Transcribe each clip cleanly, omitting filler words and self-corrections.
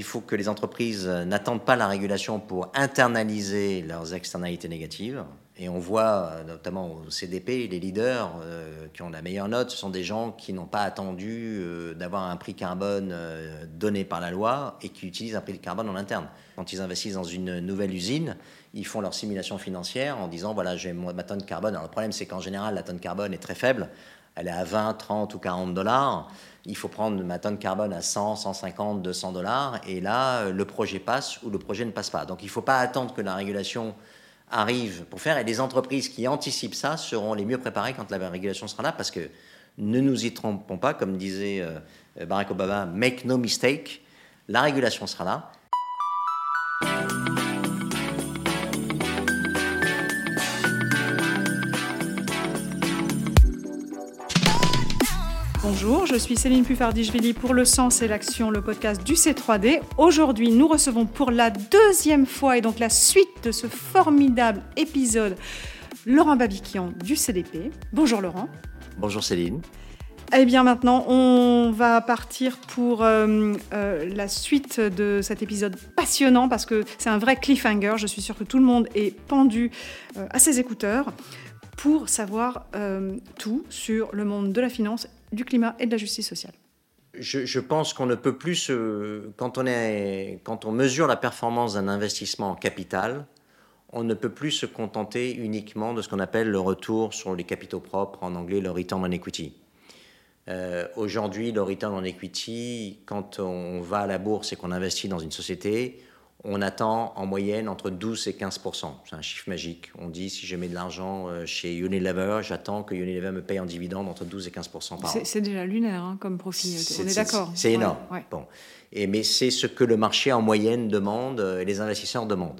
il faut que les entreprises n'attendent pas la régulation pour internaliser leurs externalités négatives. Et on voit, notamment au CDP, les leaders qui ont la meilleure note, ce sont des gens qui n'ont pas attendu d'avoir un prix carbone donné par la loi et qui utilisent un prix de carbone en interne. Quand ils investissent dans une nouvelle usine, ils font leur simulation financière en disant, voilà, j'ai ma tonne carbone. Alors le problème, c'est qu'en général, la tonne carbone est très faible. Elle est à 20, 30 ou 40 $. Il faut prendre ma tonne carbone à 100, 150, 200 $. Et là, le projet passe ou le projet ne passe pas. Donc il ne faut pas attendre que la régulation arrive pour faire. Et les entreprises qui anticipent ça seront les mieux préparées quand la régulation sera là. Parce que ne nous y trompons pas, comme disait Barack Obama, make no mistake, la régulation sera là. Bonjour, je suis Céline Puffardichvili pour Le Sens et l'Action, le podcast du C3D. Aujourd'hui, nous recevons pour la deuxième fois et donc la suite de ce formidable épisode, Laurent Babiquian du CDP. Bonjour Laurent. Bonjour Céline. Eh bien maintenant, on va partir pour la suite de cet épisode passionnant parce que c'est un vrai cliffhanger. Je suis sûre que tout le monde est pendu à ses écouteurs pour savoir tout sur le monde de la finance, du climat et de la justice sociale. Je pense qu'on ne peut plus, quand on mesure la performance d'un investissement en capital, on ne peut plus se contenter uniquement de ce qu'on appelle le retour sur les capitaux propres, en anglais le return on equity. Aujourd'hui, le return on equity, quand on va à la bourse et qu'on investit dans une société, on attend en moyenne entre 12 et 15%. C'est un chiffre magique. On dit, si je mets de l'argent chez Unilever, j'attends que Unilever me paye en dividende entre 12 et 15% par an. C'est déjà lunaire comme profil, on est d'accord. C'est énorme. Ouais. Bon. Mais c'est ce que le marché en moyenne demande et les investisseurs demandent.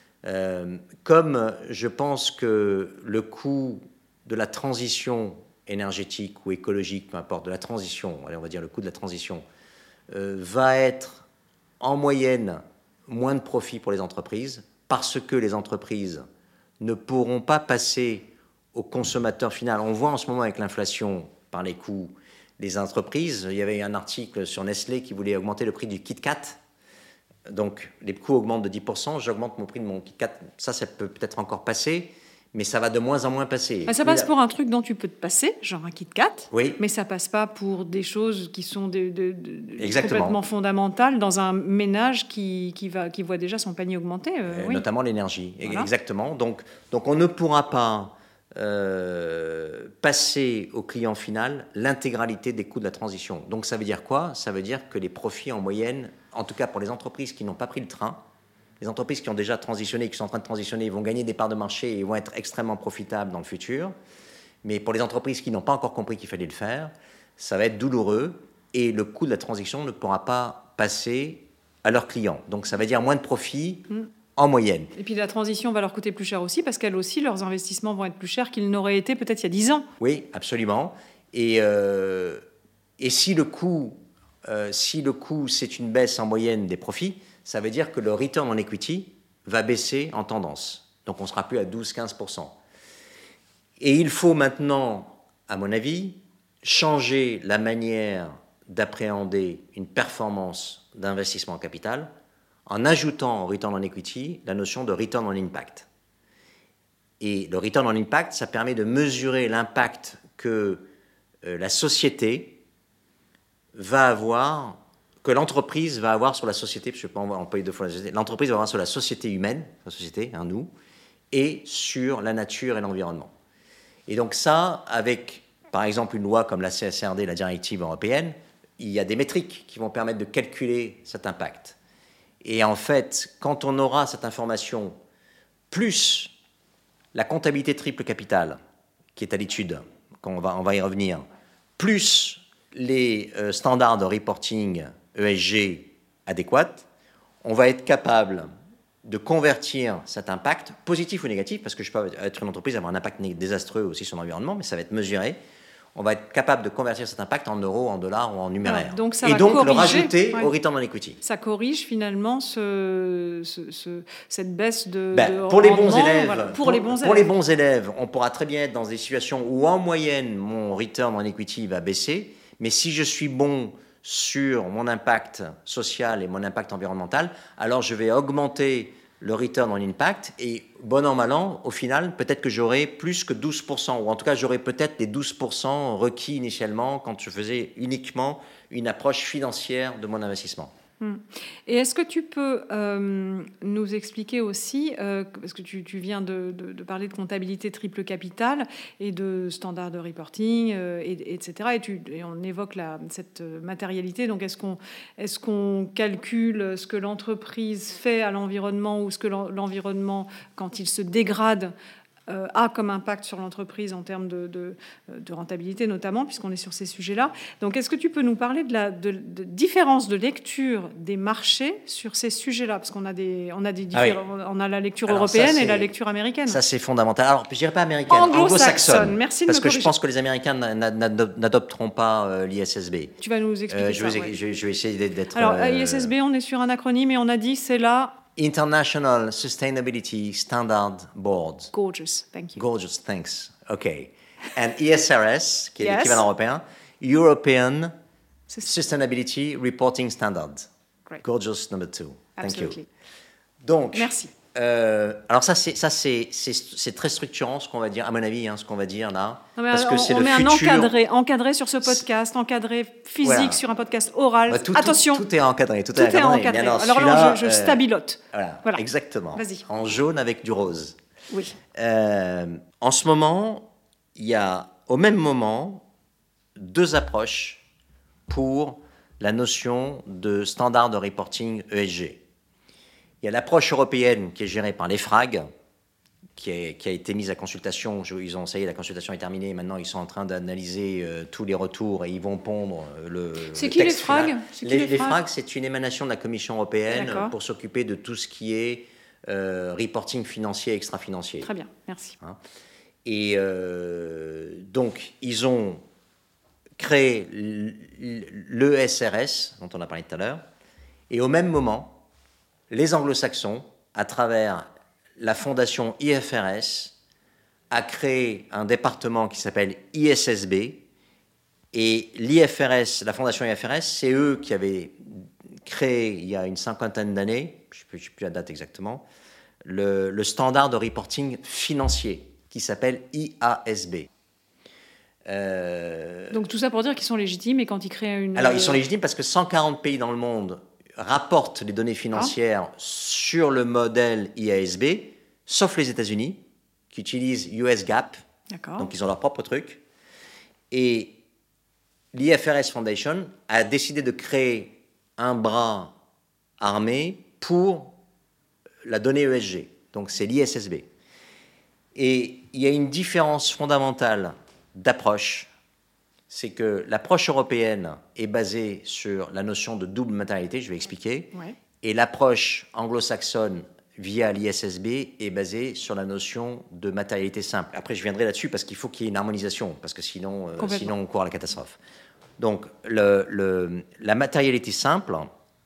Comme je pense que le coût de la transition énergétique ou écologique, peu importe, de la transition, allez, on va dire le coût de la transition, va être en moyenne moins de profit pour les entreprises parce que les entreprises ne pourront pas passer au consommateur final. On voit en ce moment avec l'inflation par les coûts, les entreprises, il y avait un article sur Nestlé qui voulait augmenter le prix du Kit Kat. Donc les coûts augmentent de 10%, j'augmente mon prix de mon Kit Kat. Ça peut peut-être encore passer, mais ça va de moins en moins passer. Ça passe pour un truc dont tu peux te passer, genre un Kit Kat, oui. Mais ça passe pas pour des choses qui sont Exactement. Complètement fondamentales dans un ménage qui voit déjà son panier augmenter. Oui. Notamment l'énergie, voilà. Exactement. Donc on ne pourra pas passer au client final l'intégralité des coûts de la transition. Donc ça veut dire quoi ? Ça veut dire que les profits en moyenne, en tout cas pour les entreprises qui n'ont pas pris le train, les entreprises qui ont déjà transitionné, qui sont en train de transitionner, vont gagner des parts de marché et vont être extrêmement profitables dans le futur. Mais pour les entreprises qui n'ont pas encore compris qu'il fallait le faire, ça va être douloureux et le coût de la transition ne pourra pas passer à leurs clients. Donc ça veut dire moins de profits en moyenne. Et puis la transition va leur coûter plus cher aussi parce qu'elles aussi, leurs investissements vont être plus chers qu'ils n'auraient été peut-être il y a 10 ans. Oui, absolument. Et si le coût, c'est une baisse en moyenne des profits, ça veut dire que le return on equity va baisser en tendance. Donc on ne sera plus à 12-15%. Et il faut maintenant, à mon avis, changer la manière d'appréhender une performance d'investissement en capital en ajoutant au return on equity la notion de return on impact. Et le return on impact, ça permet de mesurer l'impact que la société va avoir, que l'entreprise va avoir sur la société, parce que je ne peux pas employer deux fois la société, l'entreprise va avoir sur la société humaine, la société, nous, et sur la nature et l'environnement. Et donc ça, avec par exemple une loi comme la CSRD, la directive européenne, il y a des métriques qui vont permettre de calculer cet impact. Et en fait, quand on aura cette information, plus la comptabilité triple capital, qui est à l'étude, on va y revenir, plus les standards de reporting ESG adéquats, on va être capable de convertir cet impact, positif ou négatif, parce que je peux être une entreprise, avoir un impact désastreux aussi sur l'environnement, mais ça va être mesuré. On va être capable de convertir cet impact en euros, en dollars ou en numéraire. Alors, donc et donc corriger, le rajouter au return on equity. Ça corrige finalement cette baisse de pour les rendement, bons élèves, voilà, pour les bons élèves, on pourra très bien être dans des situations où en moyenne mon return on equity va baisser, mais si je suis bon sur mon impact social et mon impact environnemental, alors je vais augmenter le return on impact et bon an, mal an, au final, peut-être que j'aurai plus que 12%, ou en tout cas j'aurai peut-être les 12% requis initialement quand je faisais uniquement une approche financière de mon investissement. Et est-ce que tu peux nous expliquer aussi, parce que tu viens de parler de comptabilité triple capital et de standards de reporting, etc. Et on évoque cette matérialité. Donc, est-ce qu'on calcule ce que l'entreprise fait à l'environnement ou ce que l'environnement, quand il se dégrade, a comme impact sur l'entreprise en termes de rentabilité notamment, puisqu'on est sur ces sujets-là. Donc, est-ce que tu peux nous parler de différence de lecture des marchés sur ces sujets-là? Parce qu'on a on a la lecture européenne et la lecture américaine. Ça, c'est fondamental. Alors, je dirais pas américaine, anglo-saxonne. Merci de me corriger. Parce que je pense que les Américains n'adopteront pas l'ISSB. Tu vas nous expliquer ça. Je vais essayer d'être... Alors, ISSB, on est sur un acronyme et on a dit c'est la... International Sustainability Standard Board. Gorgeous, thank you. Gorgeous, thanks. Okay. And ESRS, qui est l'équivalent européen, European Sustainability Reporting Standard. Great. Gorgeous number 2. Thank you. Donc, merci. Alors ça c'est très structurant ce qu'on va dire, à mon avis, ce qu'on va dire là, parce que c'est le futur. On met encadré sur ce podcast, encadré physique sur un podcast oral. Attention, tout est encadré, tout est encadré. Alors là, je stabilote. Voilà, exactement. Vas-y. En jaune avec du rose. Oui. En ce moment, il y a au même moment 2 approches pour la notion de standard de reporting ESG. Il y a l'approche européenne qui est gérée par l'EFRAG, qui a été mise à consultation. Ça y est, la consultation est terminée. Maintenant, ils sont en train d'analyser tous les retours et ils vont pondre le C'est qui l'EFRAG? L'EFRAG, c'est une émanation de la Commission européenne pour s'occuper de tout ce qui est reporting financier et extra-financier. Très bien, merci. Et donc, ils ont créé l'ESRS, dont on a parlé tout à l'heure, et au même moment, les anglo-saxons, à travers la fondation IFRS, a créé un département qui s'appelle ISSB. Et l'IFRS, la fondation IFRS, c'est eux qui avaient créé, il y a une 50aine d'années, je ne sais plus la date exactement, le standard de reporting financier qui s'appelle IASB. Donc tout ça pour dire qu'ils sont légitimes et quand ils créent une... Alors ils sont légitimes parce que 140 pays dans le monde rapportent les données financières sur le modèle IASB, sauf les États-Unis, qui utilisent US GAAP. D'accord. Donc ils ont leur propre truc. Et l'IFRS Foundation a décidé de créer un bras armé pour la donnée ESG. Donc c'est l'ISSB. Et il y a une différence fondamentale d'approche. C'est que l'approche européenne est basée sur la notion de double matérialité, je vais expliquer, et l'approche anglo-saxonne via l'ISSB est basée sur la notion de matérialité simple. Après, je viendrai là-dessus parce qu'il faut qu'il y ait une harmonisation, parce que sinon on court à la catastrophe. Donc, la matérialité simple,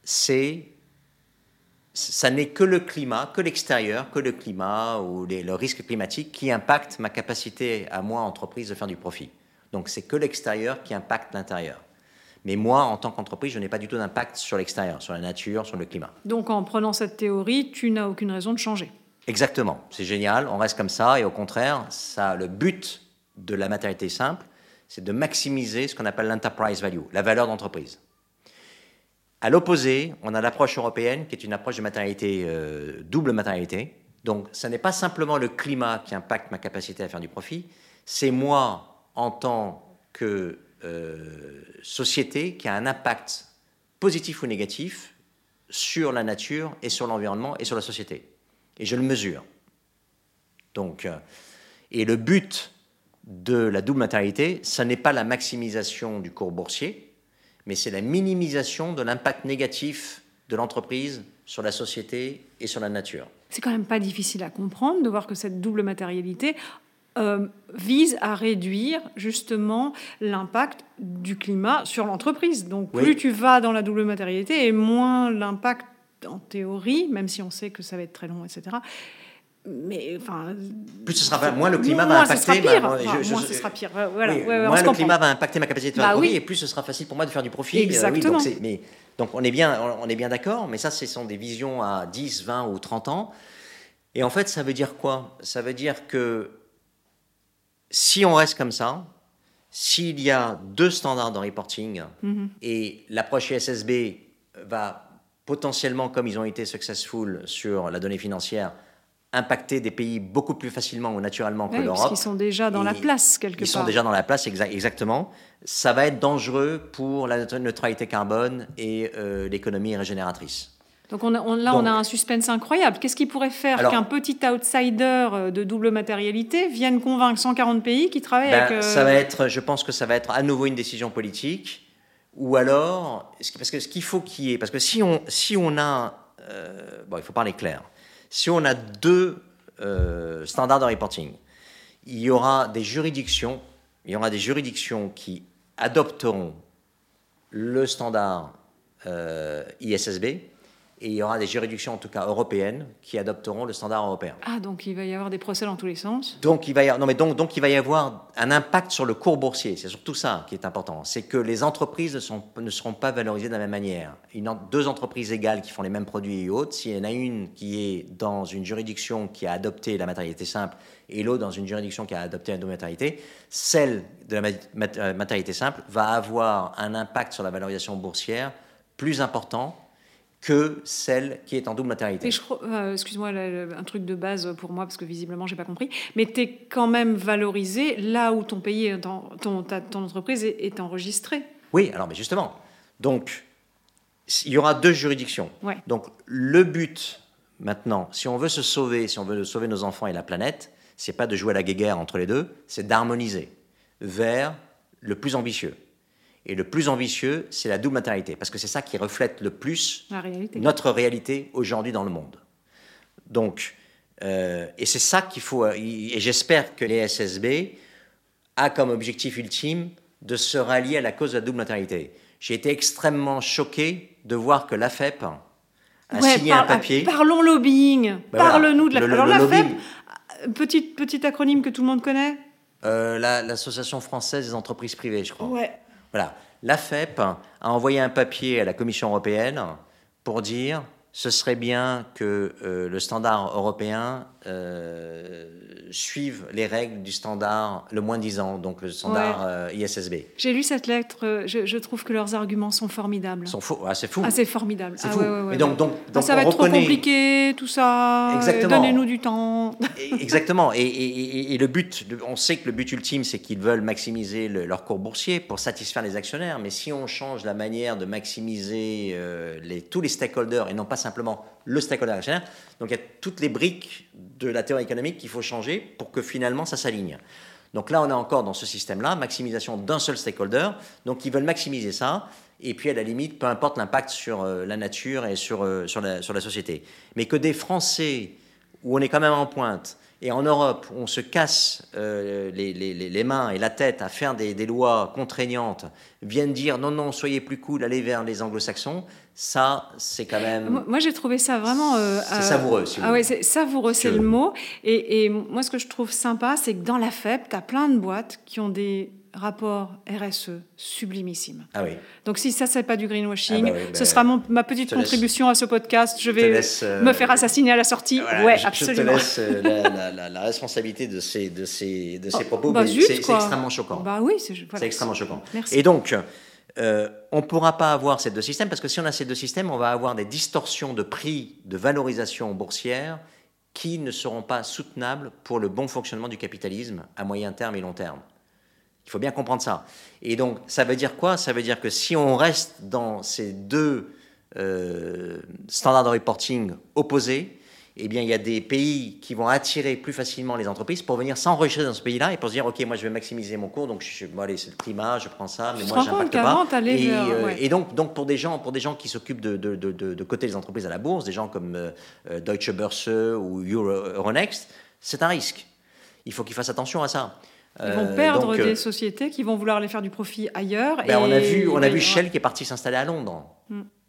ça n'est que le climat, que l'extérieur, que le climat ou le risque climatique qui impacte ma capacité à moi, entreprise, de faire du profit. Donc, c'est que l'extérieur qui impacte l'intérieur. Mais moi, en tant qu'entreprise, je n'ai pas du tout d'impact sur l'extérieur, sur la nature, sur le climat. Donc, en prenant cette théorie, tu n'as aucune raison de changer. Exactement. C'est génial. On reste comme ça. Et au contraire, le but de la matérialité simple, c'est de maximiser ce qu'on appelle l'enterprise value, la valeur d'entreprise. À l'opposé, on a l'approche européenne, qui est une approche de matérialité, double matérialité. Donc, ce n'est pas simplement le climat qui impacte ma capacité à faire du profit, c'est moi, en tant que société qui a un impact positif ou négatif sur la nature et sur l'environnement et sur la société. Et je le mesure. Donc, et le but de la double matérialité, ce n'est pas la maximisation du cours boursier, mais c'est la minimisation de l'impact négatif de l'entreprise sur la société et sur la nature. C'est quand même pas difficile à comprendre de voir que cette double matérialité vise à réduire justement l'impact du climat sur l'entreprise. Donc plus tu vas dans la double matérialité et moins l'impact en théorie, même si on sait que ça va être très long, etc., Mais enfin, plus ce sera, moins le climat moins va impacter. Moins ce sera pire. Voilà, oui, moins le climat va impacter ma capacité de faire du profit, et plus ce sera facile pour moi de faire du profit. Exactement. Donc on est bien d'accord, mais ça, ce sont des visions à 10, 20 ou 30 ans. Et en fait, ça veut dire quoi? Ça veut dire que si on reste comme ça, s'il y a 2 standards de reporting, et l'approche ISSB va potentiellement, comme ils ont été successful sur la donnée financière, impacter des pays beaucoup plus facilement ou naturellement que l'Europe. Parce qu'ils sont déjà dans la place, quelque part. Ils sont déjà dans la place, exactement. Ça va être dangereux pour la neutralité carbone et l'économie régénératrice. Donc on a un suspense incroyable. Qu'est-ce qui pourrait faire qu'un petit outsider de double matérialité vienne convaincre 140 pays qui travaillent avec... Je pense que ça va être à nouveau une décision politique. Ou alors, parce que ce qu'il faut qu'il y ait... Parce que si on a... il faut parler clair. Si on a 2 standards de reporting, il y aura des juridictions qui adopteront le standard ISSB, et il y aura des juridictions, en tout cas européennes, qui adopteront le standard européen. Ah, donc il va y avoir des procès dans tous les sens. Donc il va y avoir un impact sur le cours boursier. C'est surtout ça qui est important. C'est que les entreprises ne seront pas valorisées de la même manière. 2 entreprises égales qui font les mêmes produits et autres, s'il y en a une qui est dans une juridiction qui a adopté la matérialité simple et l'autre dans une juridiction qui a adopté la double matérialité, celle de la matérialité simple va avoir un impact sur la valorisation boursière plus important que celle qui est en double matérialité. Excuse-moi, un truc de base pour moi, parce que visiblement, je n'ai pas compris, mais tu es quand même valorisé là où ton pays, ton entreprise est enregistrée. Oui, alors mais justement. Donc, il y aura 2 juridictions. Ouais. Donc, le but, maintenant, si on veut sauver nos enfants et la planète, ce n'est pas de jouer à la guéguerre entre les deux, c'est d'harmoniser vers le plus ambitieux. Et le plus ambitieux, c'est la double matérialité, parce que c'est ça qui reflète le plus notre réalité aujourd'hui dans le monde. Donc, et c'est ça qu'il faut... Et j'espère que l'ISSB a comme objectif ultime de se rallier à la cause de la double matérialité. J'ai été extrêmement choqué de voir que l'AFEP a signé un papier... Parlons lobbying. Parle-nous de la... Alors l'AFEP, lobbying. Petit acronyme que tout le monde connaît. L'Association française des entreprises privées, je crois. Ouais. Voilà. L'AFEP a envoyé un papier à la Commission européenne pour dire ce serait bien que le standard européen suive les règles du standard le moins disant, donc le standard ISSB. J'ai lu cette lettre, je trouve que leurs arguments sont formidables. Sont faux. Ah, c'est fou. Ah, c'est formidable. C'est fou. Ouais. Et donc ça va être trop compliqué, tout ça. Exactement. Donnez-nous du temps. Exactement. Et le but, on sait que le but ultime, c'est qu'ils veulent maximiser leur cours boursier pour satisfaire les actionnaires. Mais si on change la manière de maximiser tous les stakeholders et non pas simplement le stakeholder actionnaire, donc il y a toutes les briques de la théorie économique qu'il faut changer pour que finalement ça s'aligne. Donc là, on est encore dans ce système-là, maximisation d'un seul stakeholder. Donc ils veulent maximiser ça. Et puis à la limite, peu importe l'impact sur la nature et sur la société. Mais que des Français, où on est quand même en pointe, et en Europe, où on se casse les mains et la tête à faire des lois contraignantes, viennent dire non, soyez plus cool, allez vers les anglo-saxons, ça, c'est quand même... Moi, j'ai trouvé ça vraiment... c'est savoureux, si vous voulez. Ouais, c'est savoureux, c'est le mot. Et moi, ce que je trouve sympa, c'est que dans la FEP, tu as plein de boîtes qui ont des rapports RSE sublimissimes. Ah oui. Donc si ça, c'est pas du greenwashing, ce sera ma petite contribution à ce podcast. Je vais me faire assassiner à la sortie. Voilà, absolument. Je te laisse la responsabilité de ces propos, mais zut, c'est extrêmement choquant. Bah oui, c'est extrêmement choquant. Merci. Et donc, on ne pourra pas avoir ces 2 systèmes, parce que si on a ces 2 systèmes, on va avoir des distorsions de prix, de valorisation boursière, qui ne seront pas soutenables pour le bon fonctionnement du capitalisme à moyen terme et long terme. Il faut bien comprendre ça. Et donc, ça veut dire quoi? Ça veut dire que si on reste dans ces 2 standards de reporting opposés, eh bien, il y a des pays qui vont attirer plus facilement les entreprises pour venir s'enregistrer dans ce pays-là et pour se dire, OK, moi, je vais maximiser mon cours, donc allez, c'est le climat, je prends ça, mais moi, je n'impacte pas. Et donc, pour des gens qui s'occupent de coter les entreprises à la bourse, des gens comme Deutsche Börse ou Euronext, c'est un risque. Il faut qu'ils fassent attention à ça. Ils vont perdre des sociétés qui vont vouloir aller faire du profit ailleurs. On a vu Shell qui est parti s'installer à Londres.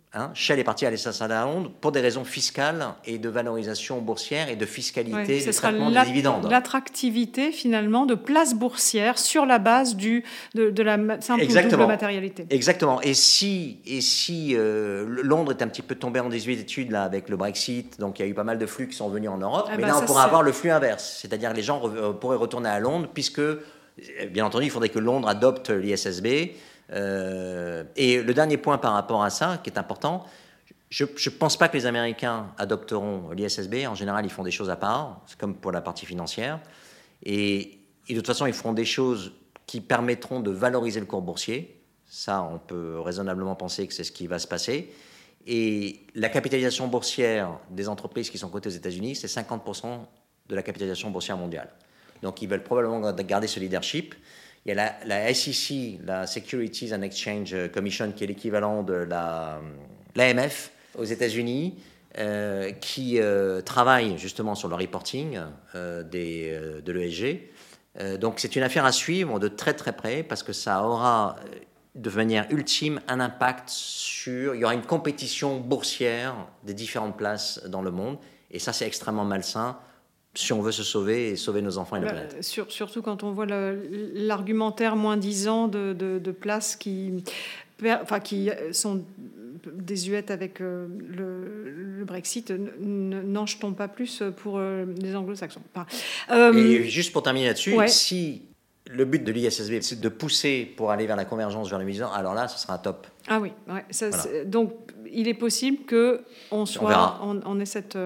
Shell est parti aller s'installer à Londres pour des raisons fiscales et de valorisation boursière et de fiscalité du traitement des dividendes. L'attractivité, finalement, de place boursière sur la base de la simple ou double matérialité. Exactement. Et si Londres est un petit peu tombé en désuétude là, avec le Brexit, donc il y a eu pas mal de flux qui sont venus en Europe, mais là, on pourra avoir le flux inverse. C'est-à-dire que les gens pourraient retourner à Londres, puisque, bien entendu, il faudrait que Londres adopte l'ISSB. Et le dernier point par rapport à ça, qui est important, je ne pense pas que les Américains adopteront l'ISSB. En général, ils font des choses à part, c'est comme pour la partie financière. Et de toute façon, ils feront des choses qui permettront de valoriser le cours boursier. Ça, on peut raisonnablement penser que c'est ce qui va se passer. Et la capitalisation boursière des entreprises qui sont cotées aux États-Unis, c'est 50% de la capitalisation boursière mondiale. Donc, ils veulent probablement garder ce leadership. Il y a la SEC, la Securities and Exchange Commission, qui est l'équivalent de l'AMF aux États-Unis, qui travaille justement sur le reporting de l'ESG. Donc c'est une affaire à suivre de très très près, parce que ça aura de manière ultime un impact sur... Il y aura une compétition boursière des différentes places dans le monde, et ça c'est extrêmement malsain si on veut se sauver et sauver nos enfants et la planète. Surtout quand on voit l'argumentaire moins-disant de places qui sont désuètes avec le Brexit, n'en jetons pas plus pour les anglo-saxons. Et juste pour terminer là-dessus, si le but de l'ISSB, c'est de pousser pour aller vers la convergence vers le musulman, alors là, ce sera top. Ah oui, voilà. Donc il est possible qu'on ait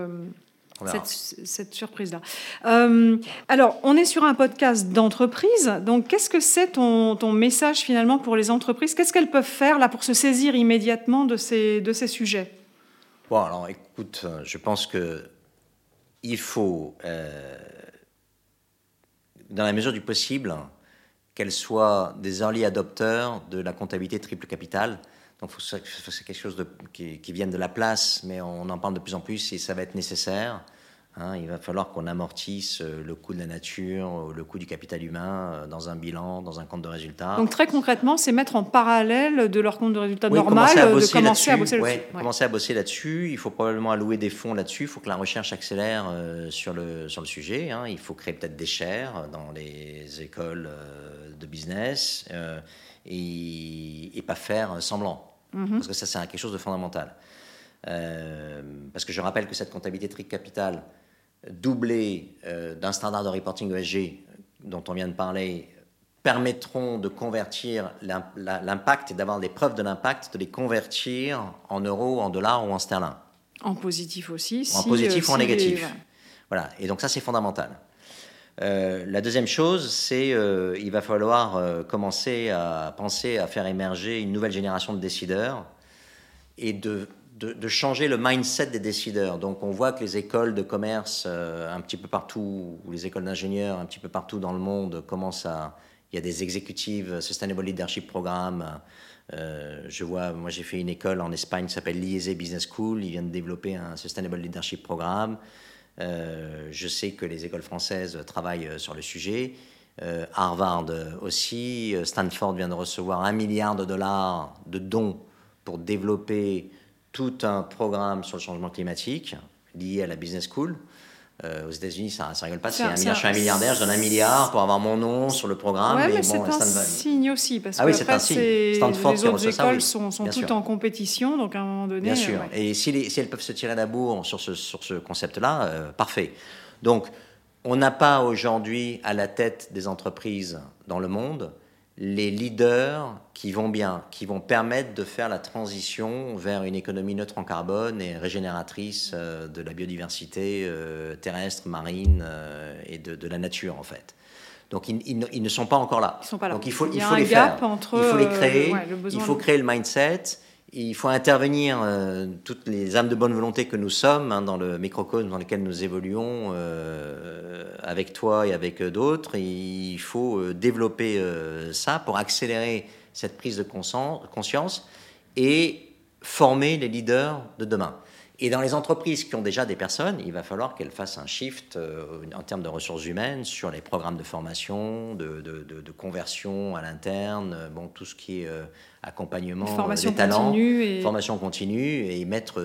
cette surprise-là. Alors, on est sur un podcast d'entreprise. Donc, qu'est-ce que c'est ton message finalement pour les entreprises ? Qu'est-ce qu'elles peuvent faire là pour se saisir immédiatement de ces sujets ? Bon, alors, écoute, je pense que il faut, dans la mesure du possible, qu'elles soient des early adopters de la comptabilité triple capital. Donc, c'est quelque chose qui vienne de la place, mais on en parle de plus en plus et ça va être nécessaire. Il va falloir qu'on amortisse le coût de la nature, le coût du capital humain dans un bilan, dans un compte de résultat. Donc, très concrètement, c'est mettre en parallèle de leur compte de résultat normal, commencer à bosser là-dessus. Commencer à bosser là-dessus. Il faut probablement allouer des fonds là-dessus. Il faut que la recherche accélère sur le sujet. Il faut créer peut-être des chaires dans les écoles de business et pas faire semblant. Parce que ça, c'est quelque chose de fondamental. Parce que je rappelle que cette comptabilité triple capital doublée d'un standard de reporting ESG dont on vient de parler permettront de convertir l'impact et d'avoir des preuves de l'impact, de les convertir en euros, en dollars ou en sterling. En positif aussi. En positif ou en négatif. Voilà. Et donc ça, c'est fondamental. La deuxième chose, c'est il va falloir commencer à penser à faire émerger une nouvelle génération de décideurs et de changer le mindset des décideurs. Donc on voit que les écoles de commerce un petit peu partout, ou les écoles d'ingénieurs un petit peu partout dans le monde il y a des exécutives Sustainable Leadership Programme. Moi j'ai fait une école en Espagne qui s'appelle l'IESE Business School. Ils viennent de développer un Sustainable Leadership Programme. Je sais que les écoles françaises travaillent sur le sujet. Harvard aussi. Stanford vient de recevoir $1 milliard de dons pour développer tout un programme sur le changement climatique lié à la business school. Aux États-Unis, ça rigole pas. Je suis un milliardaire, je donne $1 milliard pour avoir mon nom sur le programme. Ouais, mais c'est un signe aussi, parce que c'est un signe. Stanford, les autres écoles sont toutes en compétition, donc à un moment donné... Bien sûr, et si elles peuvent se tirer la bourre sur ce concept-là, parfait. Donc, on n'a pas aujourd'hui à la tête des entreprises dans le monde les leaders qui vont bien, qui vont permettre de faire la transition vers une économie neutre en carbone et régénératrice de la biodiversité terrestre, marine et de la nature en fait. Donc ils ne sont pas encore là. Ils sont pas là. Donc il faut les faire. Il faut les créer. Il faut créer le mindset. Il faut intervenir toutes les âmes de bonne volonté que nous sommes dans le microcosme dans lequel nous évoluons avec toi et avec d'autres. Il faut développer ça pour accélérer cette prise de conscience et former les leaders de demain. Et dans les entreprises qui ont déjà des personnes, il va falloir qu'elles fassent un shift en termes de ressources humaines sur les programmes de formation, de conversion à l'interne, tout ce qui est accompagnement des talents, formation continue, et mettre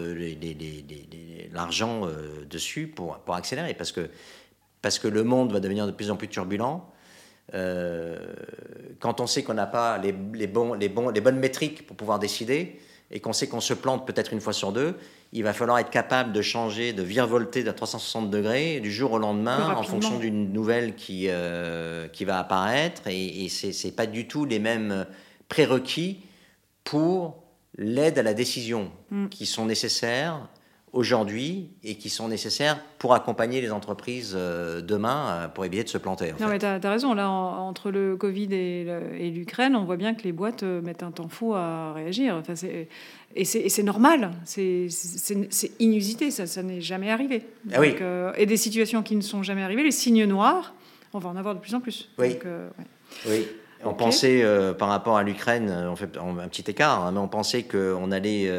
l'argent dessus pour accélérer. Parce que le monde va devenir de plus en plus turbulent. Quand on sait qu'on n'a pas les bonnes métriques pour pouvoir décider, et qu'on sait qu'on se plante peut-être une fois sur deux, il va falloir être capable de changer, de virevolter de 360 degrés du jour au lendemain en fonction d'une nouvelle qui va apparaître. Et ce n'est pas du tout les mêmes prérequis pour l'aide à la décision qui sont nécessaires aujourd'hui et qui sont nécessaires pour accompagner les entreprises demain pour éviter de se planter. Non, mais tu as raison. Là, entre le Covid et l'Ukraine, on voit bien que les boîtes mettent un temps fou à réagir. Enfin, et c'est normal. C'est inusité. Ça n'est jamais arrivé. Ah oui. Et des situations qui ne sont jamais arrivées, les signes noirs, on va en avoir de plus en plus. Oui. Donc, oui. On pensait, par rapport à l'Ukraine, on fait un petit écart, mais on pensait qu'on allait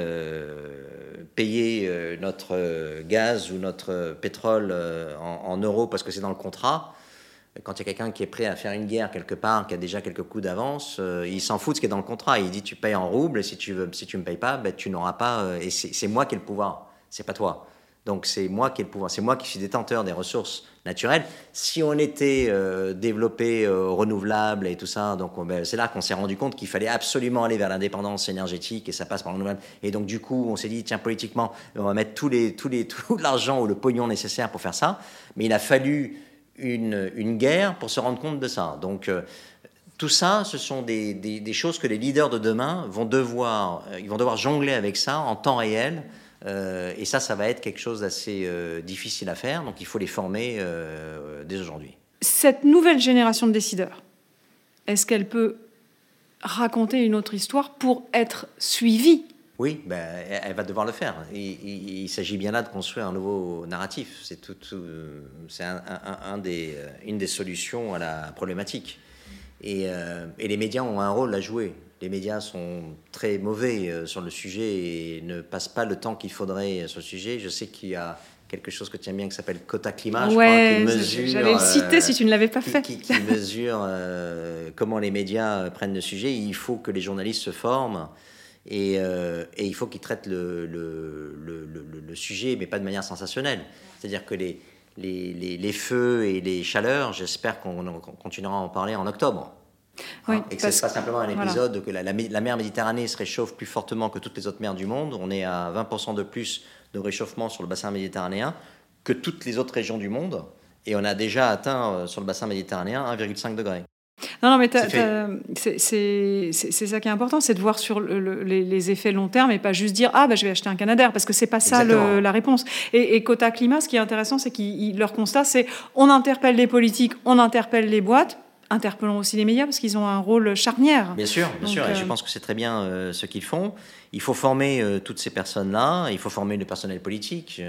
payer notre gaz ou notre pétrole en euros parce que c'est dans le contrat. Quand il y a quelqu'un qui est prêt à faire une guerre quelque part, qui a déjà quelques coups d'avance, il s'en fout de ce qui est dans le contrat. Il dit tu payes en roubles, et si tu me payes pas, tu n'auras pas. Et c'est moi qui ai le pouvoir, c'est pas toi. Donc c'est moi qui ai le pouvoir, c'est moi qui suis détenteur des ressources naturelles. Si on était développé renouvelable et tout ça, donc c'est là qu'on s'est rendu compte qu'il fallait absolument aller vers l'indépendance énergétique et ça passe par le renouvelable. Et donc du coup, on s'est dit tiens, politiquement, on va mettre tout l'argent ou le pognon nécessaire pour faire ça. Mais il a fallu une guerre pour se rendre compte de ça. Donc tout ça, ce sont des choses que les leaders de demain vont devoir jongler avec ça en temps réel. Et ça va être quelque chose d'assez difficile à faire, donc il faut les former dès aujourd'hui. Cette nouvelle génération de décideurs, est-ce qu'elle peut raconter une autre histoire pour être suivie ? Oui, elle va devoir le faire. Il s'agit bien là de construire un nouveau narratif. C'est une des solutions à la problématique. Et les médias ont un rôle à jouer. Les médias sont très mauvais sur le sujet et ne passent pas le temps qu'il faudrait sur le sujet. Je sais qu'il y a quelque chose que tu aimes bien qui s'appelle Quota Climat, je crois, qui mesure... J'allais le citer si tu ne l'avais pas fait. Qui mesure comment les médias prennent le sujet. Il faut que les journalistes se forment et il faut qu'ils traitent le sujet, mais pas de manière sensationnelle. C'est-à-dire que les feux et les chaleurs, j'espère qu'on continuera à en parler en octobre. Oui, et que ce n'est pas simplement un épisode que la mer Méditerranée se réchauffe plus fortement que toutes les autres mers du monde. On est à 20% de plus de réchauffement sur le bassin méditerranéen que toutes les autres régions du monde. Et on a déjà atteint sur le bassin méditerranéen 1,5 degré. Non, mais c'est ça qui est important, c'est de voir sur les effets long terme et pas juste dire je vais acheter un Canadair, parce que c'est pas ça la réponse. Et Quota Climat, ce qui est intéressant, c'est que leur constat, c'est on interpelle les politiques, on interpelle les boîtes. Interpellons aussi les médias parce qu'ils ont un rôle charnière. Bien sûr. Et je pense que c'est très bien ce qu'ils font. Il faut former toutes ces personnes-là. Il faut former le personnel politique.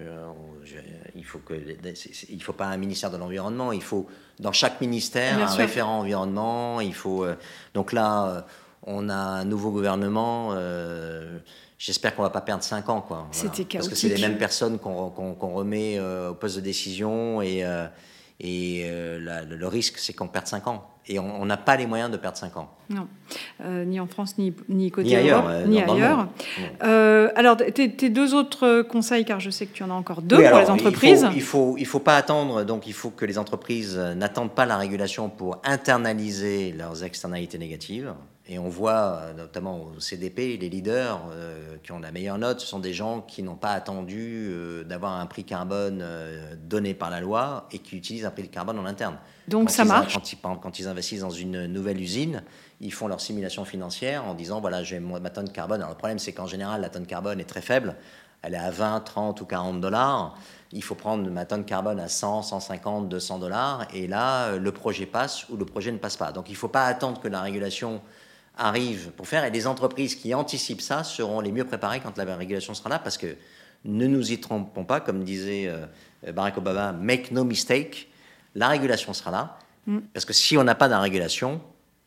Il faut pas un ministère de l'environnement. Il faut dans chaque ministère un référent environnement. Il faut donc là on a un nouveau gouvernement. J'espère qu'on va pas perdre 5 ans, quoi. C'était chaotique. Parce que c'est les mêmes personnes qu'on remet au poste de décision et le risque, c'est qu'on perde 5 ans. Et on n'a pas les moyens de perdre 5 ans. Non. Ni en France, ni côté Europe, ni ailleurs. Alors, tes deux autres conseils, car je sais que tu en as encore deux pour les entreprises. Il faut pas attendre. Donc, il faut que les entreprises n'attendent pas la régulation pour internaliser leurs externalités négatives. Et on voit, notamment au CDP, les leaders qui ont la meilleure note, ce sont des gens qui n'ont pas attendu d'avoir un prix carbone donné par la loi et qui utilisent un prix de carbone en interne. Donc ça marche. Quand ils investissent dans une nouvelle usine, ils font leur simulation financière en disant voilà, j'ai ma tonne carbone. Alors le problème, c'est qu'en général, la tonne carbone est très faible. Elle est à 20, 30 ou 40 $. Il faut prendre ma tonne carbone à 100, 150, 200 $. Et là, le projet passe ou le projet ne passe pas. Donc il ne faut pas attendre que la régulation arrive pour faire. Et les entreprises qui anticipent ça seront les mieux préparées quand la régulation sera là. Parce que ne nous y trompons pas, comme disait Barack Obama, make no mistake. La régulation sera là, parce que si on n'a pas de régulation,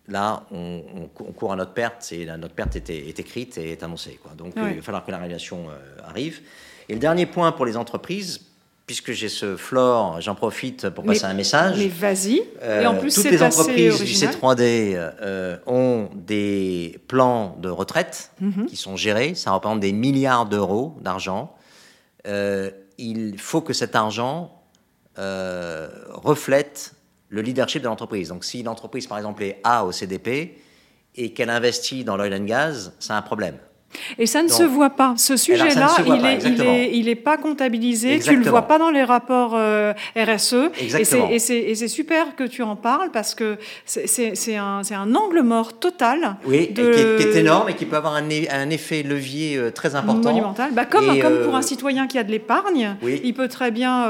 là, on court à notre perte, et notre perte est écrite et est annoncée, quoi. Donc, il va falloir que la réalisation arrive. Et le dernier point pour les entreprises, puisque j'ai ce floor, j'en profite pour passer un message. Mais vas-y. Et en plus, toutes les entreprises du C3D ont des plans de retraite qui sont gérés. Ça représente des milliards d'euros d'argent. Il faut que cet argent reflète le leadership de l'entreprise. Donc, si l'entreprise, par exemple, est A au CDP et qu'elle investit dans l'oil and gas, c'est un problème. Et ça ne se voit pas. Ce sujet-là, il n'est pas comptabilisé. Exactement. Tu ne le vois pas dans les rapports RSE. Exactement. Et c'est super que tu en parles parce que c'est un angle mort total. Oui, qui est énorme et qui peut avoir un effet levier très important. Monumental. Comme pour un citoyen qui a de l'épargne, il peut très bien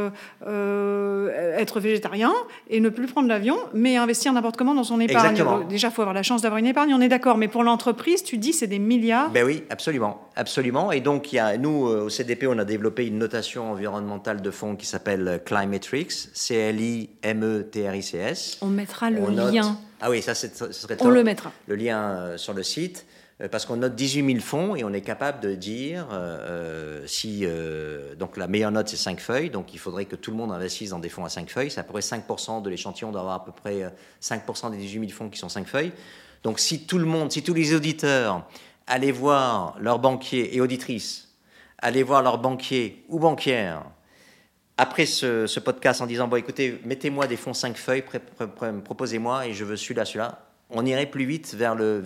être végétarien et ne plus prendre l'avion, mais investir n'importe comment dans son épargne. Exactement. Déjà, il faut avoir la chance d'avoir une épargne, on est d'accord. Mais pour l'entreprise, tu dis c'est des milliards. Ben oui, absolument. Et donc, nous, au CDP, on a développé une notation environnementale de fonds qui s'appelle Climetrics, CLIMETRICS. On mettra le lien. Ah oui, ce serait top. On le mettra. Le lien sur le site, parce qu'on note 18 000 fonds et on est capable de dire si... donc, la meilleure note, c'est 5 feuilles. Donc, il faudrait que tout le monde investisse dans des fonds à 5 feuilles. C'est à peu près 5% de l'échantillon d'avoir à peu près 5% des 18 000 fonds qui sont 5 feuilles. Donc, si tous les auditeurs... Allez voir leurs banquiers et auditrices, allez voir leurs banquiers ou banquières après ce podcast en disant, bon écoutez, mettez-moi des fonds 5 feuilles, proposez-moi et je veux celui-là. On irait plus vite vers le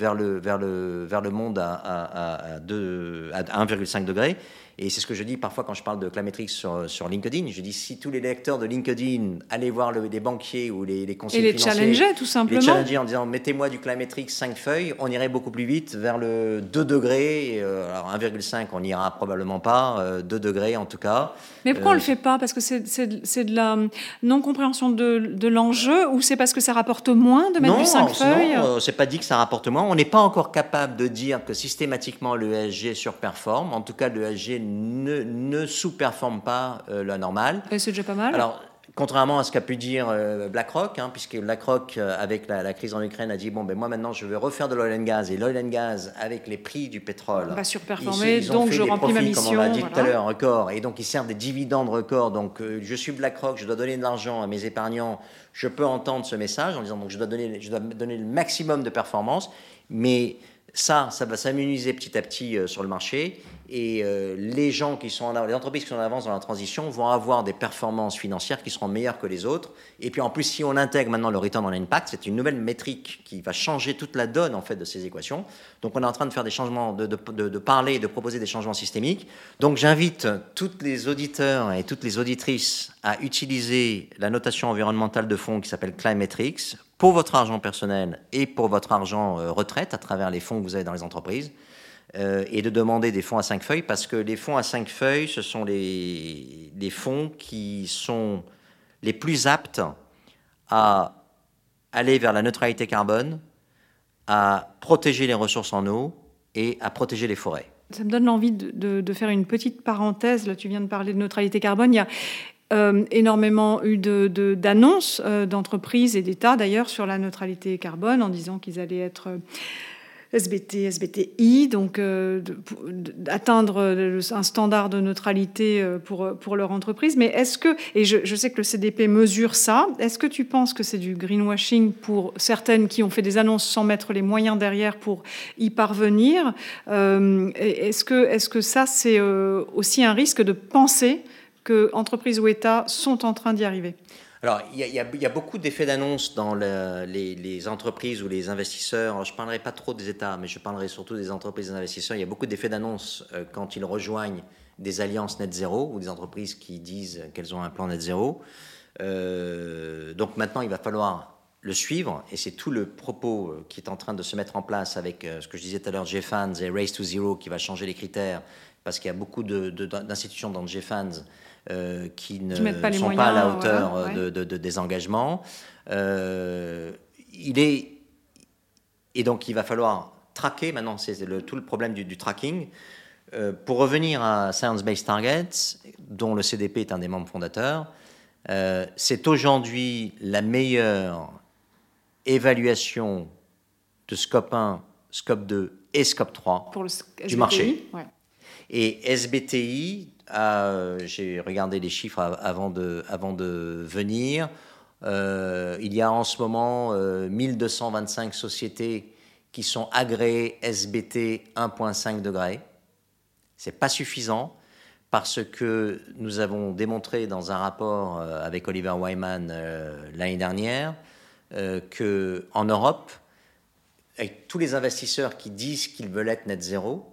monde à 1,5 degré. Et c'est ce que je dis parfois quand je parle de Climetrics sur LinkedIn. Je dis, si tous les lecteurs de LinkedIn allaient voir les banquiers ou les conseillers financiers... Et les challenger, tout simplement. Les challenger en disant, mettez-moi du Climetrics 5 feuilles, on irait beaucoup plus vite vers le 2 degrés. Alors 1,5, on n'ira probablement pas. 2 degrés, en tout cas. Mais pourquoi on ne le fait pas? Parce que c'est de la non-compréhension de l'enjeu, ou c'est parce que ça rapporte moins de mettre du 5 feuilles? Non, c'est pas dit que ça rapporte moins. On n'est pas encore capable de dire que systématiquement le ESG surperforme. En tout cas, le ESG ne sous-performe pas la normale. Et c'est déjà pas mal. Alors, contrairement à ce qu'a pu dire BlackRock, puisque BlackRock, avec la crise en Ukraine, a dit, bon, ben moi maintenant, je vais refaire de l'oil and gas. Et l'oil and gas, avec les prix du pétrole... va surperformer, ils ont donc fait je des remplis profits, ma mission. Comme on l'a dit tout à l'heure, record. Et donc, ils servent des dividendes records. Donc, je suis BlackRock, je dois donner de l'argent à mes épargnants. Je peux entendre ce message en disant, donc, je dois donner le maximum de performance. Mais... Ça va s'amenuiser petit à petit sur le marché et les entreprises qui sont en avance dans la transition vont avoir des performances financières qui seront meilleures que les autres. Et puis en plus, si on intègre maintenant le return on impact, c'est une nouvelle métrique qui va changer toute la donne en fait de ces équations. Donc on est en train de faire des changements, de parler et de proposer des changements systémiques. Donc j'invite tous les auditeurs et toutes les auditrices à utiliser la notation environnementale de fonds qui s'appelle Climetrics pour votre argent personnel et pour votre argent retraite à travers les fonds que vous avez dans les entreprises et de demander des fonds à 5 feuilles parce que les fonds à 5 feuilles, ce sont les fonds qui sont les plus aptes à aller vers la neutralité carbone, à protéger les ressources en eau et à protéger les forêts. Ça me donne l'envie de faire une petite parenthèse. Là, tu viens de parler de neutralité carbone. Il y a énormément eu d'annonces d'entreprises et d'États d'ailleurs sur la neutralité carbone en disant qu'ils allaient être SBT, SBTI, donc atteindre un standard de neutralité pour leur entreprise. Mais est-ce que, et je sais que le CDP mesure ça, est-ce que tu penses que c'est du greenwashing pour certaines qui ont fait des annonces sans mettre les moyens derrière pour y parvenir? Est-ce que ça, c'est aussi un risque de penser que entreprises ou États sont en train d'y arriver? Alors, il y a beaucoup d'effets d'annonce dans les entreprises ou les investisseurs. Je ne parlerai pas trop des États, mais je parlerai surtout des entreprises et des investisseurs. Il y a beaucoup d'effets d'annonce quand ils rejoignent des alliances net zéro ou des entreprises qui disent qu'elles ont un plan net zéro. Donc maintenant, il va falloir le suivre, et c'est tout le propos qui est en train de se mettre en place avec ce que je disais tout à l'heure, GFANZ et Race to Zero, qui va changer les critères, parce qu'il y a beaucoup d'institutions dans GFANZ qui ne sont pas à la hauteur des engagements. Et donc, il va falloir traquer, maintenant, c'est tout le problème du tracking. Pour revenir à Science Based Targets, dont le CDP est un des membres fondateurs, c'est aujourd'hui la meilleure évaluation de Scope 1, Scope 2 et Scope 3 pour le du marché. Ouais. Et SBTI, j'ai regardé les chiffres avant de venir, il y a en ce moment 1225 sociétés qui sont agréées SBT 1.5 degrés. Ce n'est pas suffisant parce que nous avons démontré dans un rapport avec Oliver Wyman l'année dernière qu'en Europe, avec tous les investisseurs qui disent qu'ils veulent être net zéro,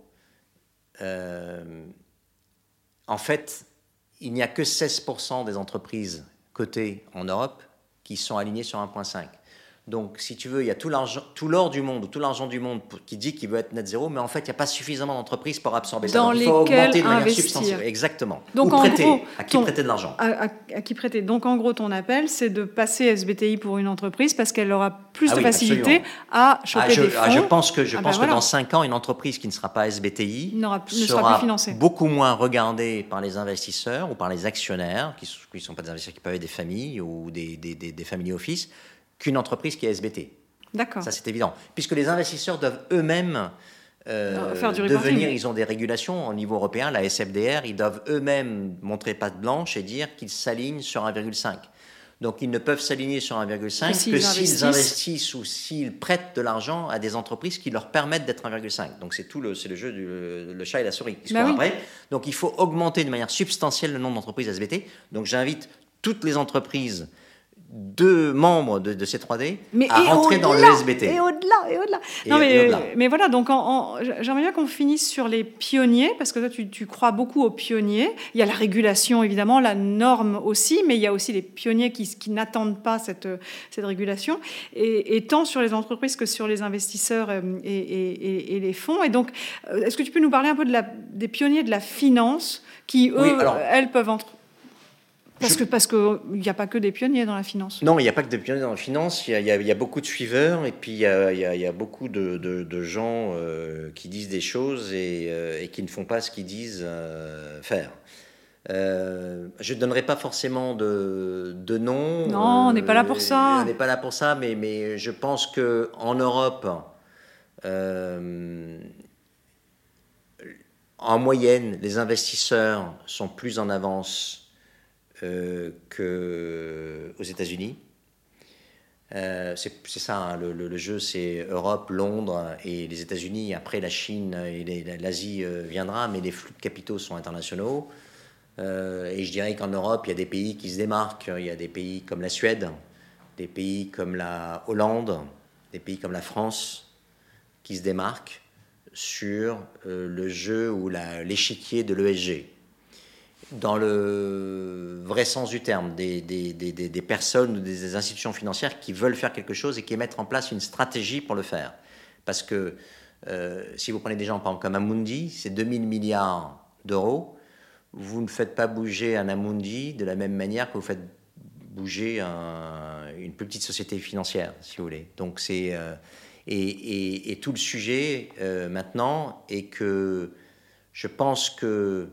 en fait, il n'y a que 16% des entreprises cotées en Europe qui sont alignées sur 1.5. Donc, si tu veux, il y a tout l'or du monde, ou tout l'argent du monde qui dit qu'il veut être net zéro, mais en fait, il n'y a pas suffisamment d'entreprises pour absorber ça. Donc, il faut augmenter de manière investir. substantielle. Exactement. Donc, ou prêter. Gros, à qui prêter de l'argent à qui prêter. Donc, en gros, ton appel, c'est de passer SBTI pour une entreprise parce qu'elle aura plus de facilité à choper des fonds. Je pense que voilà. dans 5 ans, une entreprise qui ne sera pas SBTI ne sera plus financée. Beaucoup moins regardée par les investisseurs ou par les actionnaires, qui ne sont pas des investisseurs qui peuvent être des familles ou des family office, qu'une entreprise qui est SBT. D'accord. Ça, c'est évident. Puisque les investisseurs doivent eux-mêmes faire du devenir, ils ont des régulations au niveau européen, la SFDR, ils doivent eux-mêmes montrer patte blanche et dire qu'ils s'alignent sur 1,5. Donc, ils ne peuvent s'aligner sur 1,5 que s'ils investissent ou s'ils prêtent de l'argent à des entreprises qui leur permettent d'être 1,5. Donc, c'est le jeu le chat et la souris qui se courent après. Donc, il faut augmenter de manière substantielle le nombre d'entreprises SBT. Donc, j'invite toutes les entreprises membres de C3D à rentrer dans le SBT. Et au-delà. Non, mais voilà, donc j'aimerais bien qu'on finisse sur les pionniers, parce que toi, tu crois beaucoup aux pionniers. Il y a la régulation, évidemment, la norme aussi, mais il y a aussi les pionniers qui n'attendent pas cette régulation, et tant sur les entreprises que sur les investisseurs et les fonds. Et donc, est-ce que tu peux nous parler un peu des pionniers de la finance qui, elles, peuvent entrer? Parce qu'il n'y a pas que des pionniers dans la finance. Non, il n'y a pas que des pionniers dans la finance. Il y a beaucoup de suiveurs et puis il y a beaucoup de gens qui disent des choses et qui ne font pas ce qu'ils disent faire. Je ne donnerai pas forcément de nom. Non, on n'est pas là pour ça. On n'est pas là pour ça, mais je pense qu'en Europe, en moyenne, les investisseurs sont plus en avance qu'aux États-Unis. C'est ça, hein, le jeu, c'est Europe, Londres et les États-Unis. Après, la Chine et l'Asie viendra, mais les flux de capitaux sont internationaux. Et je dirais qu'en Europe, il y a des pays qui se démarquent. Il y a des pays comme la Suède, des pays comme la Hollande, des pays comme la France qui se démarquent sur le jeu ou l'échiquier de l'ESG. Dans le vrai sens du terme, des personnes ou des institutions financières qui veulent faire quelque chose et qui mettent en place une stratégie pour le faire. Parce que si vous prenez des gens, par exemple, comme Amundi, c'est 2000 milliards d'euros, vous ne faites pas bouger un Amundi de la même manière que vous faites bouger une plus petite société financière, si vous voulez. Donc c'est... Et tout le sujet maintenant est que je pense que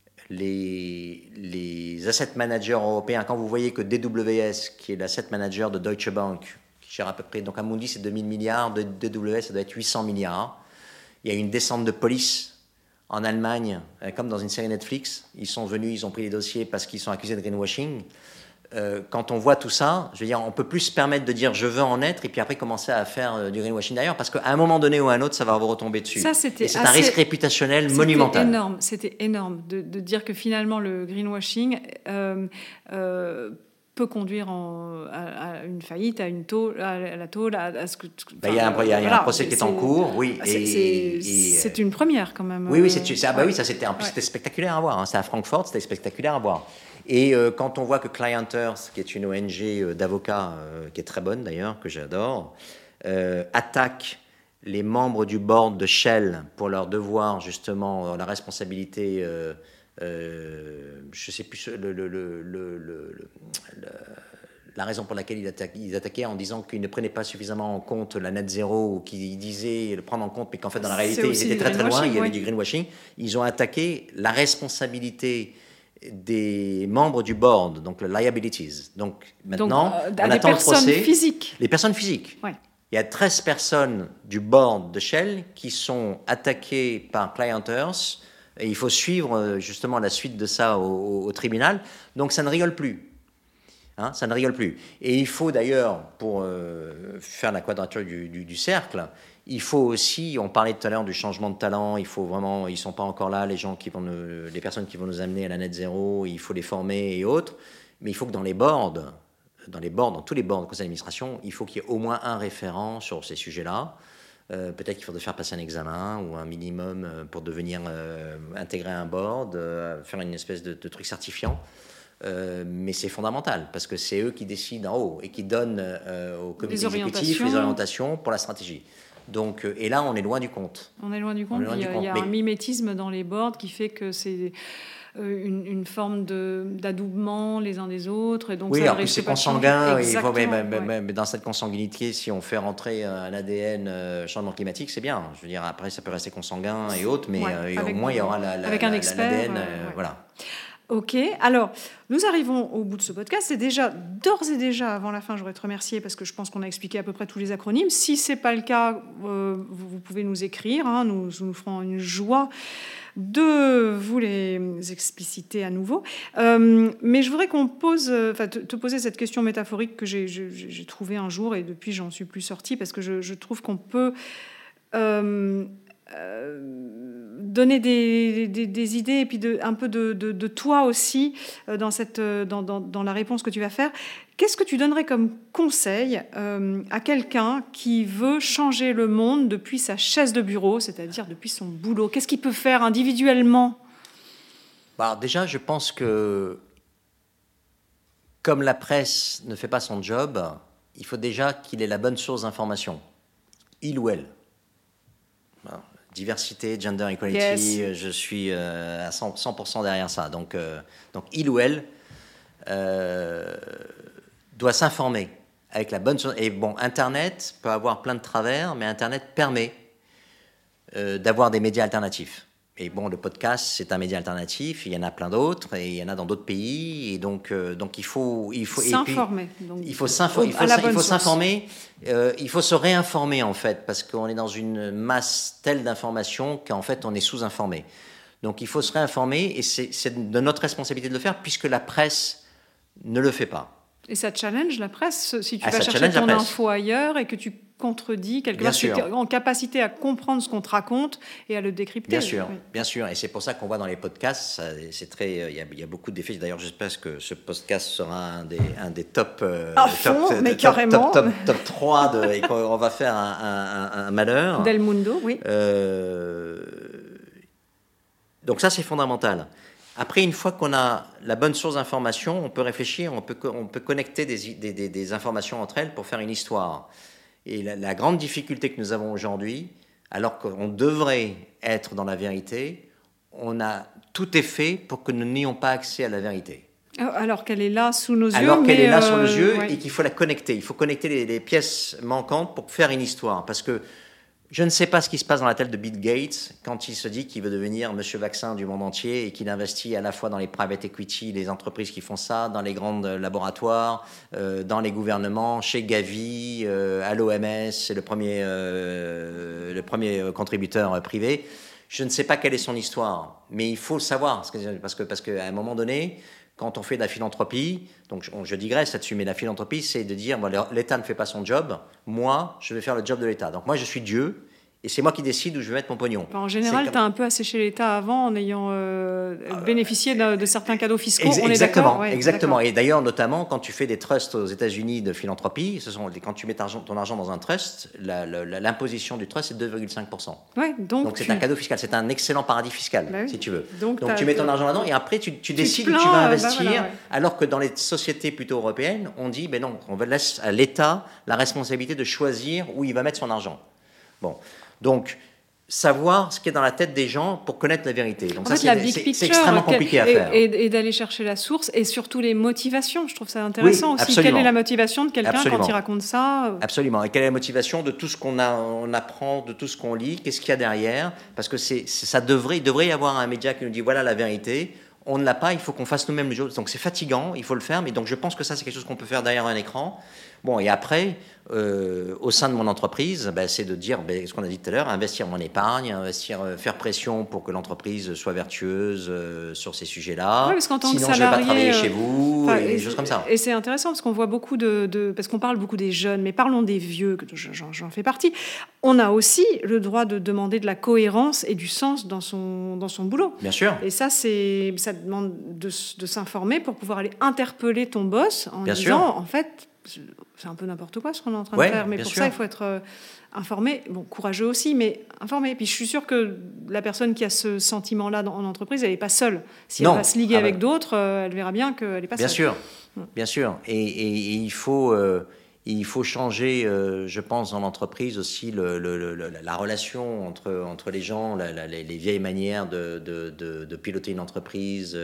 les asset managers européens, quand vous voyez que DWS, qui est l'asset manager de Deutsche Bank, qui gère à peu près, donc Amundi c'est 2000 milliards, DWS ça doit être 800 milliards, il y a une descente de police en Allemagne, comme dans une série Netflix, ils sont venus, ils ont pris les dossiers parce qu'ils sont accusés de greenwashing. Quand on voit tout ça, je veux dire, on peut plus se permettre de dire je veux en être et puis après commencer à faire du greenwashing d'ailleurs, parce qu'à un moment donné ou à un autre, ça va vous retomber dessus. Ça, c'est un risque réputationnel monumental. C'était énorme de dire que finalement le greenwashing peut conduire à une faillite, à la tôle, à ce que... Il y a un procès qui est en cours, oui. C'est une première quand même. Oui, ça c'était spectaculaire à voir. Hein. C'était à Francfort, c'était spectaculaire à voir. Et quand on voit que Client Earth, qui est une ONG d'avocats, qui est très bonne d'ailleurs, que j'adore, attaque les membres du board de Shell pour leur devoir justement, la responsabilité, je ne sais plus la raison pour laquelle ils attaquaient en disant qu'ils ne prenaient pas suffisamment en compte la net zéro, ou qu'ils disaient le prendre en compte, mais qu'en fait dans la réalité ils étaient très très loin, il y avait du greenwashing. Ils ont attaqué la responsabilité des membres du board, donc les liabilities. Donc maintenant, on attend le procès. Physiques. Les personnes physiques. Ouais. Il y a 13 personnes du board de Shell qui sont attaquées par client hunters et il faut suivre justement la suite de ça au tribunal. Donc ça ne rigole plus. Hein, ça ne rigole plus. Et il faut d'ailleurs, pour faire la quadrature du cercle, il faut aussi, on parlait tout à l'heure du changement de talent, il faut vraiment, ils ne sont pas encore là, les personnes qui vont nous amener à la net zéro, il faut les former et autres, mais il faut que dans tous les boards de conseil d'administration, il faut qu'il y ait au moins un référent sur ces sujets-là. Peut-être qu'il faudrait faire passer un examen ou un minimum pour devenir intégrer un board, faire une espèce de truc certifiant. Mais c'est fondamental parce que c'est eux qui décident en haut et qui donnent au comité exécutif les orientations pour la stratégie. Donc, et là, on est loin du compte. On est loin du compte. Il y a un mimétisme dans les boards qui fait que c'est une forme d'adoubement les uns des autres. Et donc oui, ça en plus c'est consanguin. Mais dans cette consanguinité, si on fait rentrer un ADN changement climatique, c'est bien. Je veux dire, après, ça peut rester consanguin et autres, mais au moins, il y aura l'ADN. Voilà. Ok, alors nous arrivons au bout de ce podcast. C'est d'ores et déjà, avant la fin, je voudrais te remercier parce que je pense qu'on a expliqué à peu près tous les acronymes. Si ce n'est pas le cas, vous pouvez nous écrire. Hein, nous ferons une joie de vous les expliciter à nouveau. Mais je voudrais qu'on te poser cette question métaphorique que j'ai trouvée un jour et depuis, j'en suis plus sortie parce que je trouve qu'on peut... donner des idées et puis un peu de toi aussi dans la réponse que tu vas faire. Qu'est-ce que tu donnerais comme conseil à quelqu'un qui veut changer le monde depuis sa chaise de bureau, c'est-à-dire depuis son boulot? Qu'est-ce qu'il peut faire individuellement? Alors déjà, je pense que comme la presse ne fait pas son job, il faut déjà qu'il ait la bonne source d'information. Il ou elle. Alors, diversité, gender equality, yes. Je suis à 100% derrière ça. Donc il ou elle doit s'informer avec la bonne source. Et bon, Internet peut avoir plein de travers, mais Internet permet d'avoir des médias alternatifs. Et bon, le podcast, c'est un média alternatif. Il y en a plein d'autres, et il y en a dans d'autres pays. Et donc il faut s'informer. Il faut s'informer. Il faut se réinformer en fait, parce qu'on est dans une masse telle d'informations qu'en fait on est sous-informé. Donc il faut se réinformer, et c'est de notre responsabilité de le faire, puisque la presse ne le fait pas. Et ça challenge la presse si tu vas chercher ton info ailleurs et que tu contredis quelque part, tu es en capacité à comprendre ce qu'on te raconte et à le décrypter. Bien sûr, oui. Bien sûr. Et c'est pour ça qu'on voit dans les podcasts, c'est très, il y a beaucoup d'effets. D'ailleurs, j'espère que ce podcast sera un des top, top 3 et qu'on va faire un malheur. Del Mundo, oui. Donc ça, c'est fondamental. Après, une fois qu'on a la bonne source d'information, on peut réfléchir, on peut connecter des informations entre elles pour faire une histoire. Et la grande difficulté que nous avons aujourd'hui, alors qu'on devrait être dans la vérité, tout est fait pour que nous n'ayons pas accès à la vérité. Alors qu'elle est là sous nos yeux. Alors qu'elle est là sous nos yeux, ouais. Et qu'il faut la connecter. Il faut connecter les pièces manquantes pour faire une histoire. Parce que je ne sais pas ce qui se passe dans la tête de Bill Gates quand il se dit qu'il veut devenir monsieur vaccin du monde entier et qu'il investit à la fois dans les private equity, les entreprises qui font ça, dans les grands laboratoires, dans les gouvernements, chez Gavi, à l'OMS, c'est le premier contributeur privé. Je ne sais pas quelle est son histoire, mais il faut le savoir parce qu'à un moment donné, quand on fait de la philanthropie, donc je digresse là-dessus, mais la philanthropie, c'est de dire, bon, l'État ne fait pas son job, moi, je vais faire le job de l'État. Donc moi, je suis Dieu, et c'est moi qui décide où je vais mettre mon pognon. En général, tu as un peu asséché l'État avant en ayant bénéficié de certains cadeaux fiscaux. Exactement, ouais, exactement. Et d'ailleurs, notamment, quand tu fais des trusts aux États-Unis de philanthropie, quand tu mets ton argent dans un trust, l'imposition du trust, c'est 2,5%. Ouais, donc c'est un cadeau fiscal, c'est un excellent paradis fiscal, oui. si tu veux. Donc tu mets ton argent là-dedans, et après, tu décides où tu vas investir, alors que dans les sociétés plutôt européennes, on dit, ben non, on laisse à l'État la responsabilité de choisir où il va mettre son argent. Bon. Donc, savoir ce qui est dans la tête des gens pour connaître la vérité. Donc, c'est extrêmement compliqué à faire. Et d'aller chercher la source et surtout les motivations. Je trouve ça intéressant aussi. Absolument. Quelle est la motivation de quelqu'un quand il raconte ça? Absolument. Et quelle est la motivation de tout ce qu'on apprend, de tout ce qu'on lit? Qu'est-ce qu'il y a derrière? Parce que il devrait y avoir un média qui nous dit voilà la vérité. On ne l'a pas, il faut qu'on fasse nous-mêmes le job. Donc c'est fatigant, il faut le faire. Mais donc je pense que ça, c'est quelque chose qu'on peut faire derrière un écran. Bon, et après, au sein de mon entreprise, c'est de dire, ce qu'on a dit tout à l'heure, investir mon épargne, faire pression pour que l'entreprise soit vertueuse sur ces sujets-là. Ouais, parce qu'en tant Sinon, que salarié, je ne vais pas travailler chez vous, et des choses comme ça. Et c'est intéressant parce qu'on voit beaucoup parce qu'on parle beaucoup des jeunes, mais parlons des vieux, que j'en fais partie. On a aussi le droit de demander de la cohérence et du sens dans son boulot. Bien sûr. Et ça demande de s'informer pour pouvoir aller interpeller ton boss en disant, en fait, c'est un peu n'importe quoi ce qu'on est en train de faire, mais pour ça, il faut être informé, courageux aussi, mais informé. Puis je suis sûre que la personne qui a ce sentiment-là en entreprise, elle n'est pas seule. Si elle va se liguer avec d'autres, elle verra bien qu'elle n'est pas seule. Bien sûr. Et il faut changer, je pense, dans l'entreprise aussi la relation entre les gens, les vieilles manières de piloter une entreprise,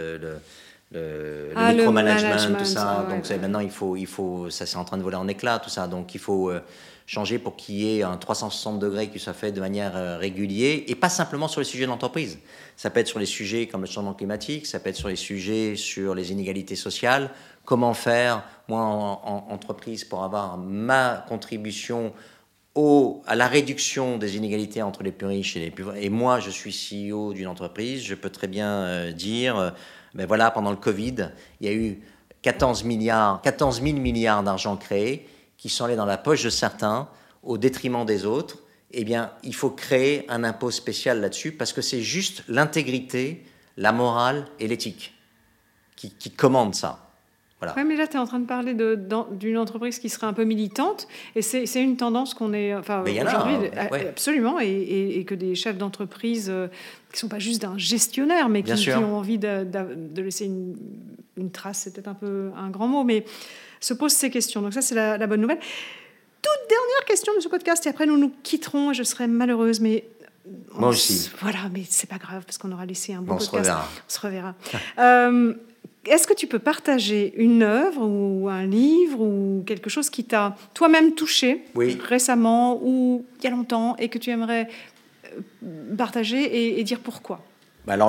le micromanagement, tout ça. Donc maintenant, il faut, ça c'est en train de voler en éclats, tout ça. Donc il faut changer pour qu'il y ait un 360 degrés qui soit fait de manière régulière, et pas simplement sur les sujets de l'entreprise. Ça peut être sur les sujets comme le changement climatique, ça peut être sur les sujets sur les inégalités sociales. Comment faire, moi, en entreprise, pour avoir ma contribution à la réduction des inégalités entre les plus riches et les plus... Et moi, je suis CEO d'une entreprise, je peux très bien dire... voilà, pendant le Covid, il y a eu 14 000 milliards d'argent créés qui sont allés dans la poche de certains au détriment des autres. Eh bien, il faut créer un impôt spécial là-dessus parce que c'est juste l'intégrité, la morale et l'éthique qui commandent ça. Voilà. Oui, mais là, tu es en train de parler d'une entreprise qui serait un peu militante, et c'est une tendance qu'on est aujourd'hui, absolument, et que des chefs d'entreprise qui ne sont pas juste d'un gestionnaire, mais qui ont envie de laisser une trace, c'est peut-être un peu un grand mot, mais se posent ces questions. Donc ça, c'est la bonne nouvelle. Toute dernière question de ce podcast, et après nous quitterons, et je serai malheureuse, mais... Moi aussi. Voilà, mais c'est pas grave, parce qu'on aura laissé un bon podcast. On se reverra. Est-ce que tu peux partager une œuvre ou un livre ou quelque chose qui t'a toi-même touché récemment ou il y a longtemps et que tu aimerais partager et dire pourquoi? Alors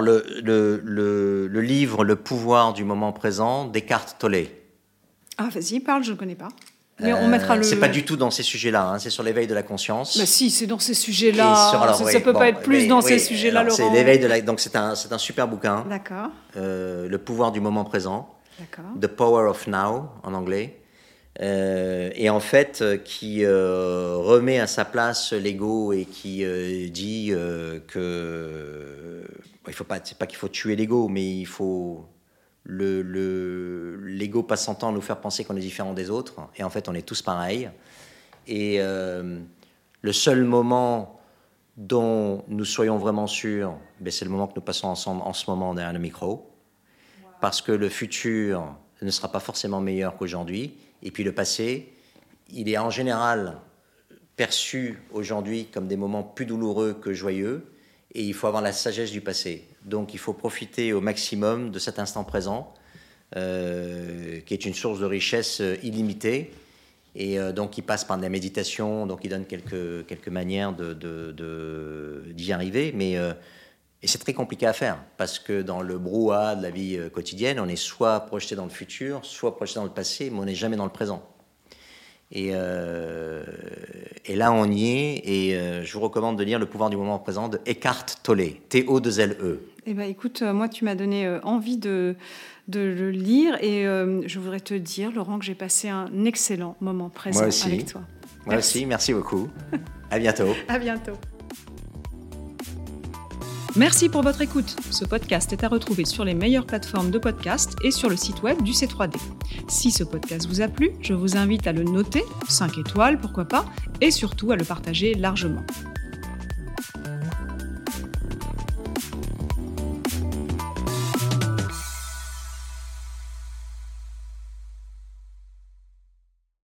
le livre « Le pouvoir du moment présent » d'Eckhart Tolle. Ah, vas-y, parle, je ne connais pas. Mais on mettra c'est pas du tout dans ces sujets-là, hein, c'est sur l'éveil de la conscience. Bah si, c'est dans ces sujets-là. Ça peut pas être plus dans ces sujets-là, alors, Laurent. C'est l'éveil donc c'est un super bouquin. D'accord. Le pouvoir du moment présent. D'accord. The Power of Now en anglais. Et en fait, qui remet à sa place l'ego et qui dit que c'est pas qu'il faut tuer l'ego, mais il faut l'ego passe son temps à nous faire penser qu'on est différent des autres, et en fait on est tous pareils. Et le seul moment dont nous soyons vraiment sûrs, c'est le moment que nous passons ensemble en ce moment derrière le micro, parce que le futur ne sera pas forcément meilleur qu'aujourd'hui, et puis le passé, il est en général perçu aujourd'hui comme des moments plus douloureux que joyeux, et il faut avoir la sagesse du passé. Donc il faut profiter au maximum de cet instant présent, qui est une source de richesse illimitée, et donc il passe par de la méditation, donc il donne quelques manières d'y arriver, et c'est très compliqué à faire, parce que dans le brouhaha de la vie quotidienne, on est soit projeté dans le futur, soit projeté dans le passé, mais on n'est jamais dans le présent. Et là, on y est, et je vous recommande de lire Le pouvoir du moment présent de Eckhart Tolle, T-O-2-L-E. Eh ben, écoute, moi, tu m'as donné envie de le lire, et je voudrais te dire, Laurent, que j'ai passé un excellent moment présent avec toi. Moi aussi, merci beaucoup. À bientôt. À bientôt. Merci pour votre écoute. Ce podcast est à retrouver sur les meilleures plateformes de podcast et sur le site web du C3D. Si ce podcast vous a plu, je vous invite à le noter, 5 étoiles, pourquoi pas, et surtout à le partager largement.